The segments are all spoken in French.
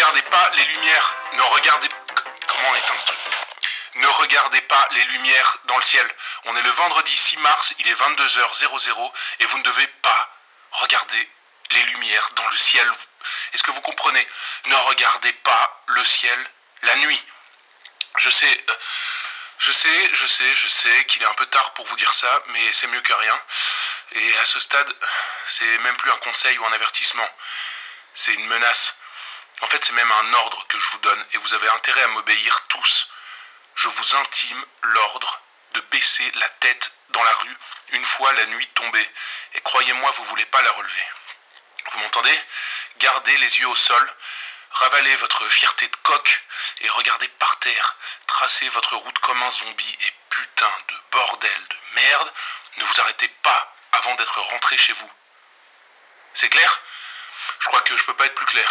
regardez pas les lumières. Ne regardez... Comment on éteint ce truc ? Ne regardez pas les lumières dans le ciel. On est le vendredi 6 mars, il est 22h00 et vous ne devez pas regarder les lumières dans le ciel. Est-ce que vous comprenez ? Ne regardez pas le ciel la nuit. Je sais qu'il est un peu tard pour vous dire ça, mais c'est mieux que rien. Et à ce stade, c'est même plus un conseil ou un avertissement. C'est une menace. En fait, c'est même un ordre que je vous donne et vous avez intérêt à m'obéir tous. Je vous intime l'ordre de baisser la tête dans la rue une fois la nuit tombée. Et croyez-moi, vous ne voulez pas la relever. Vous m'entendez ? Gardez les yeux au sol, ravalez votre fierté de coq et regardez par terre. Tracez votre route comme un zombie et putain de bordel de merde, ne vous arrêtez pas avant d'être rentré chez vous. C'est clair ? Je crois que je peux pas être plus clair.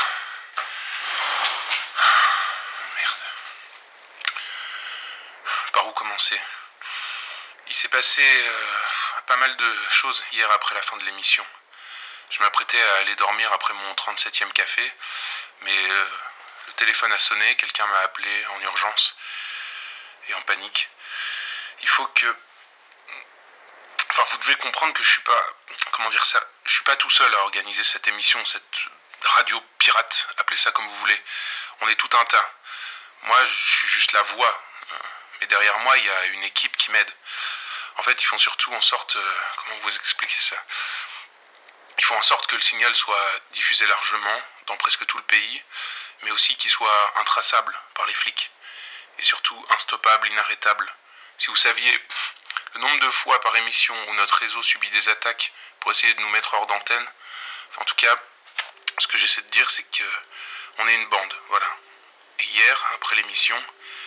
Merde. Par où commencer ? Il s'est passé pas mal de choses hier après la fin de l'émission. Je m'apprêtais à aller dormir après mon 37e café, mais le téléphone a sonné, quelqu'un m'a appelé en urgence et en panique. Il faut que... Enfin, vous devez comprendre que je suis pas... Comment dire ça ? Je suis pas tout seul à organiser cette émission, cette radio pirate, appelez ça comme vous voulez. On est tout un tas. Moi, je suis juste la voix. Mais derrière moi, il y a une équipe qui m'aide. En fait, ils font surtout en sorte... comment vous expliquer ça ? Ils font en sorte que le signal soit diffusé largement, dans presque tout le pays, mais aussi qu'il soit intraçable par les flics. Et surtout instoppable, inarrêtable. Si vous saviez le nombre de fois par émission où notre réseau subit des attaques pour essayer de nous mettre hors d'antenne, enfin, en tout cas, ce que j'essaie de dire, c'est qu'on est une bande, voilà. Et hier, après l'émission,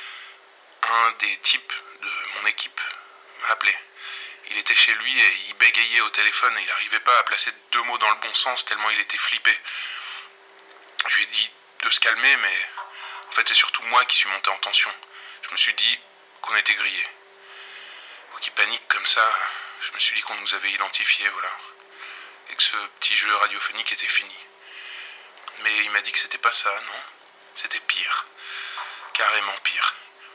un des types de mon équipe m'a appelé. Il était chez lui et il bégayait au téléphone et il n'arrivait pas à placer 2 mots dans le bon sens tellement il était flippé. Je lui ai dit de se calmer, mais en fait c'est surtout moi qui suis monté en tension. Je me suis dit qu'on était grillés. Pour qu'il panique comme ça, je me suis dit qu'on nous avait identifiés, voilà. Et que ce petit jeu radiophonique était fini. Mais il m'a dit que c'était pas ça, non. C'était pire. Carrément pire.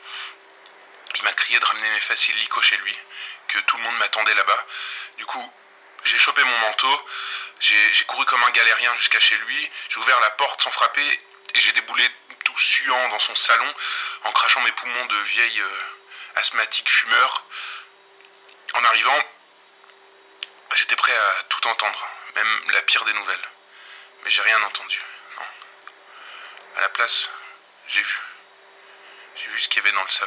Il m'a crié de ramener mes faciles lico chez lui, que tout le monde m'attendait là-bas. Du coup, j'ai chopé mon manteau, j'ai couru comme un galérien jusqu'à chez lui, j'ai ouvert la porte sans frapper et j'ai déboulé tout suant dans son salon en crachant mes poumons de vieille asthmatique fumeur. En arrivant, j'étais prêt à tout entendre, même la pire des nouvelles. Mais j'ai rien entendu, non. À la place, j'ai vu. J'ai vu ce qu'il y avait dans le salon.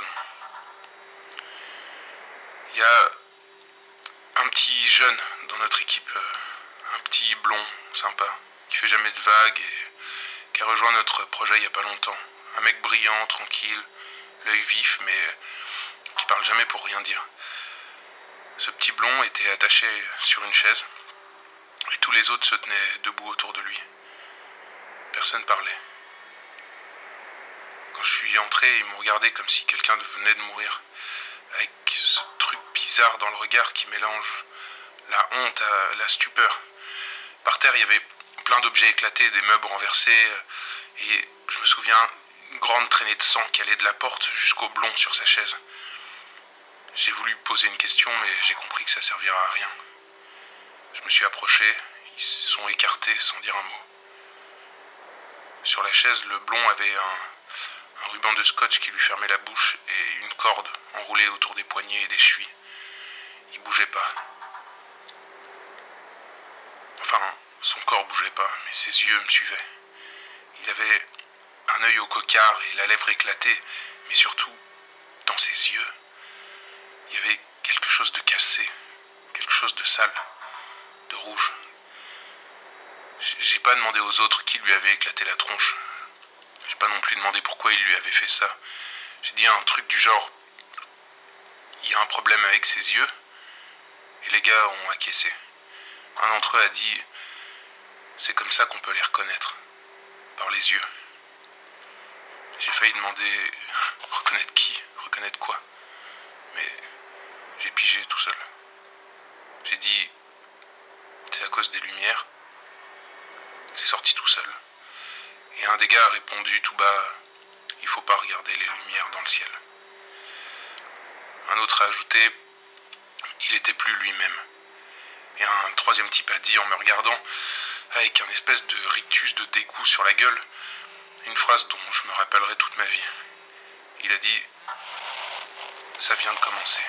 Il y a un petit jeune dans notre équipe, un petit blond sympa, qui fait jamais de vagues et qui a rejoint notre projet il y a pas longtemps. Un mec brillant, tranquille, l'œil vif, mais qui parle jamais pour rien dire. Ce petit blond était attaché sur une chaise et tous les autres se tenaient debout autour de lui. Personne parlait. Quand je suis entré, ils m'ont regardé comme si quelqu'un venait de mourir, avec ce truc bizarre dans le regard qui mélange la honte à la stupeur. Par terre, il y avait plein d'objets éclatés, des meubles renversés, et je me souviens une grande traînée de sang qui allait de la porte jusqu'au blond sur sa chaise. J'ai voulu poser une question, mais j'ai compris que ça servira à rien. Je me suis approché, ils se sont écartés sans dire un mot. Sur la chaise, le blond avait un ruban de scotch qui lui fermait la bouche et une corde enroulée autour des poignets et des chevilles. Il bougeait pas. Enfin, son corps bougeait pas, mais ses yeux me suivaient. Il avait un œil au cocard et la lèvre éclatée, mais surtout, dans ses yeux, il y avait quelque chose de cassé, quelque chose de sale, de rouge. J'ai pas demandé aux autres qui lui avait éclaté la tronche. J'ai pas non plus demandé pourquoi il lui avait fait ça. J'ai dit un truc du genre, il y a un problème avec ses yeux, et les gars ont acquiescé. Un d'entre eux a dit, c'est comme ça qu'on peut les reconnaître, par les yeux. J'ai failli demander, reconnaître qui, reconnaître quoi, mais j'ai pigé tout seul. J'ai dit, c'est à cause des lumières. C'est sorti tout seul. Et un des gars a répondu tout bas, il faut pas regarder les lumières dans le ciel. Un autre a ajouté, il était plus lui-même. Et un troisième type a dit en me regardant, avec un espèce de rictus de dégoût sur la gueule, une phrase dont je me rappellerai toute ma vie. Il a dit, ça vient de commencer.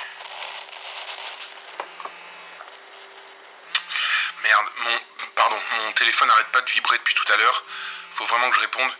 Merde, mon téléphone n'arrête pas de vibrer depuis tout à l'heure. Faut vraiment que je réponde.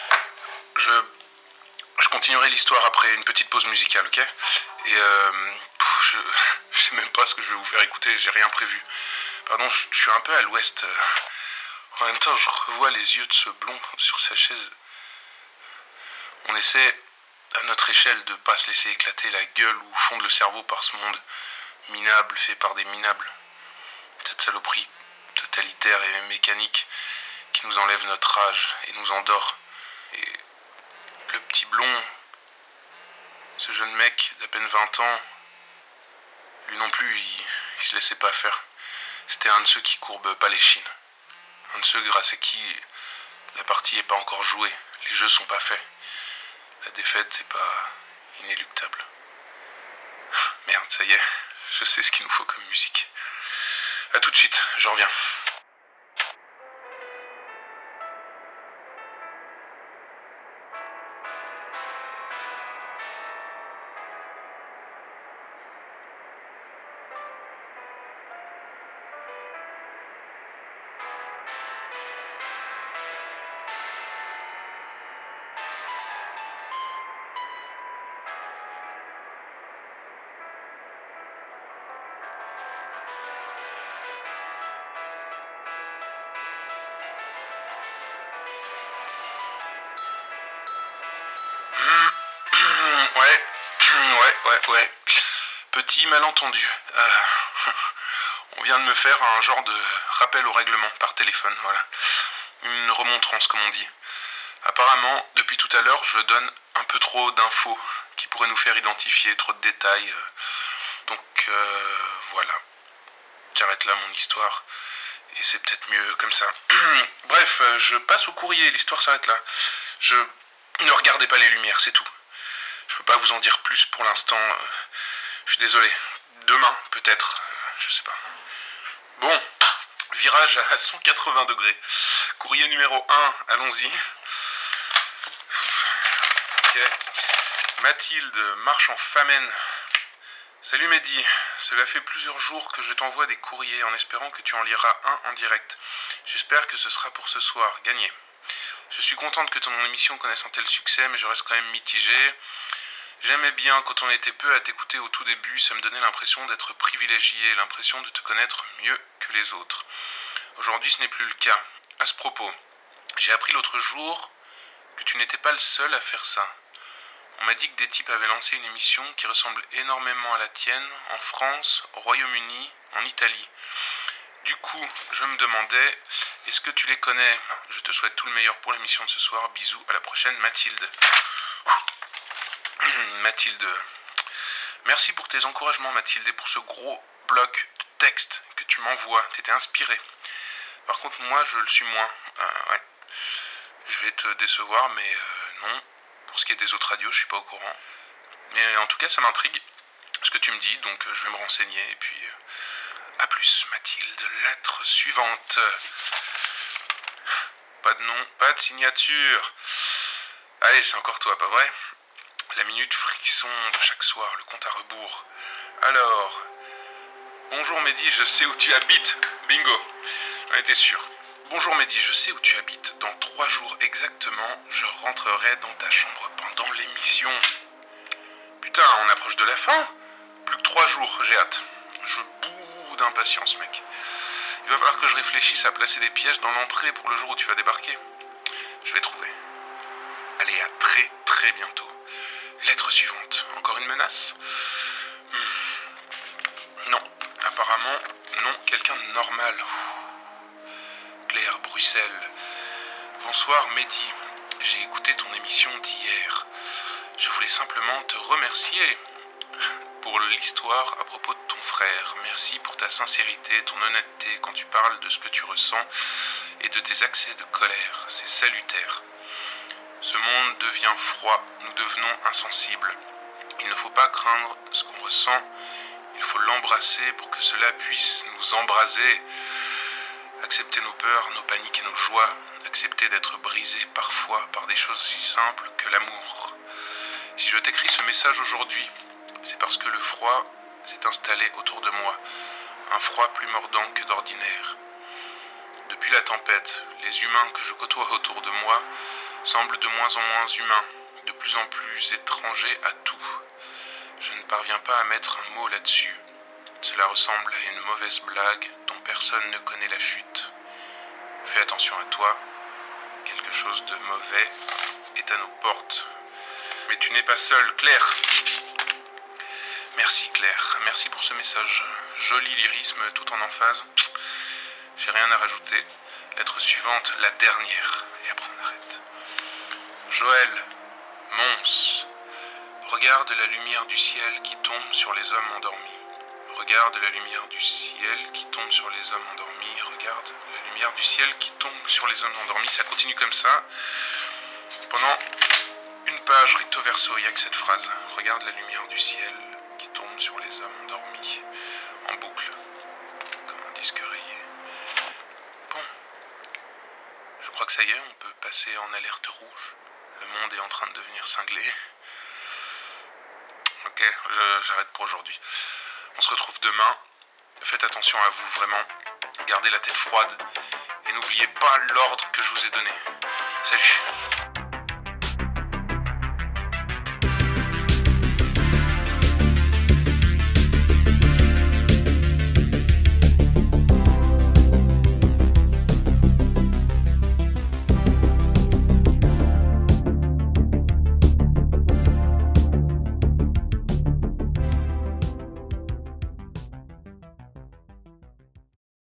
Je continuerai l'histoire après une petite pause musicale, ok? Et je sais même pas ce que je vais vous faire écouter, j'ai rien prévu. Pardon, je suis un peu à l'ouest. En même temps, je revois les yeux de ce blond sur sa chaise. On essaie, à notre échelle, de pas se laisser éclater la gueule ou fondre le cerveau par ce monde minable fait par des minables. Cette saloperie totalitaire et mécanique qui nous enlève notre âge et nous endort. Et le petit blond, ce jeune mec d'à peine 20 ans, lui non plus, il se laissait pas faire. C'était un de ceux qui courbent pas les chines. Un de ceux grâce à qui la partie est pas encore jouée. Les jeux sont pas faits. La défaite est pas inéluctable. Merde, ça y est, je sais ce qu'il nous faut comme musique. A tout de suite, je reviens. Ouais. Petit malentendu. On vient de me faire un genre de rappel au règlement par téléphone, voilà. Une remontrance, comme on dit. Apparemment, depuis tout à l'heure, je donne un peu trop d'infos qui pourraient nous faire identifier, trop de détails. Donc, voilà. J'arrête là mon histoire. Et c'est peut-être mieux comme ça. Bref, je passe au courrier, l'histoire s'arrête là. Ne regardez pas les lumières, c'est tout. Je peux pas vous en dire plus pour l'instant. Je suis désolé. Demain, peut-être. Je sais pas. Bon. Virage à 180 degrés. Courrier numéro 1. Allons-y. Ok. Mathilde, marche en famine. Salut Mehdi. Cela fait plusieurs jours que je t'envoie des courriers en espérant que tu en liras un en direct. J'espère que ce sera pour ce soir. Gagné. Je suis contente que ton émission connaisse un tel succès, mais je reste quand même mitigée. J'aimais bien quand on était peu à t'écouter au tout début, ça me donnait l'impression d'être privilégié, l'impression de te connaître mieux que les autres. Aujourd'hui, ce n'est plus le cas. À ce propos, j'ai appris l'autre jour que tu n'étais pas le seul à faire ça. On m'a dit que des types avaient lancé une émission qui ressemble énormément à la tienne, en France, au Royaume-Uni, en Italie. Du coup, je me demandais, est-ce que tu les connais? Je te souhaite tout le meilleur pour l'émission de ce soir. Bisous, à la prochaine, Mathilde. Mathilde. Merci pour tes encouragements, Mathilde, et pour ce gros bloc de texte que tu m'envoies. T'étais inspiré. Par contre, moi, je le suis moins. Ouais. Je vais te décevoir, mais non. Pour ce qui est des autres radios, je suis pas au courant. Mais en tout cas, ça m'intrigue ce que tu me dis, donc je vais me renseigner. Et puis, à plus, Mathilde. Lettre suivante. Pas de nom, pas de signature. Allez, c'est encore toi, pas vrai? La minute frisson de chaque soir, le compte à rebours. Alors, bonjour Mehdi, je sais où tu habites. Bingo, j'en étais sûr. Bonjour Mehdi, je sais où tu habites. Dans 3 jours exactement, je rentrerai dans ta chambre pendant l'émission. Putain, on approche de la fin? Plus que 3 jours, j'ai hâte. Je boue d'impatience, mec. Il va falloir que je réfléchisse à placer des pièges dans l'entrée pour le jour où tu vas débarquer. Je vais trouver. Allez, à très très bientôt. Lettre suivante. Encore une menace? Non. Apparemment, non. Quelqu'un de normal. Claire, Bruxelles. Bonsoir, Mehdi. J'ai écouté ton émission d'hier. Je voulais simplement te remercier pour l'histoire à propos de ton frère. Merci pour ta sincérité, ton honnêteté quand tu parles de ce que tu ressens et de tes accès de colère. C'est salutaire. Ce monde devient froid, nous devenons insensibles. Il ne faut pas craindre ce qu'on ressent, il faut l'embrasser pour que cela puisse nous embraser. Accepter nos peurs, nos paniques et nos joies, accepter d'être brisé parfois par des choses aussi simples que l'amour. Si je t'écris ce message aujourd'hui, c'est parce que le froid s'est installé autour de moi, un froid plus mordant que d'ordinaire. Depuis la tempête, les humains que je côtoie autour de moi semblent de moins en moins humains, de plus en plus étrangers à tout. Je ne parviens pas à mettre un mot là-dessus. Cela ressemble à une mauvaise blague dont personne ne connaît la chute. Fais attention à toi, quelque chose de mauvais est à nos portes. Mais tu n'es pas seule, Claire. Merci Claire, merci pour ce message. Joli lyrisme tout en emphase. J'ai rien à rajouter. Lettre suivante, la dernière. Et après on arrête. Joël, Mons. Regarde la lumière du ciel qui tombe sur les hommes endormis. Regarde la lumière du ciel qui tombe sur les hommes endormis. Regarde la lumière du ciel qui tombe sur les hommes endormis. Ça continue comme ça. Pendant une page recto verso, il n'y a que cette phrase. Regarde la lumière du ciel qui tombe sur les hommes endormis. En boucle. Comme un disque rayé. Bon. Je crois que ça y est, on peut passer en alerte rouge. Le monde est en train de devenir cinglé. Ok, j'arrête pour aujourd'hui. On se retrouve demain. Faites attention à vous, vraiment. Gardez la tête froide. Et n'oubliez pas l'ordre que je vous ai donné. Salut.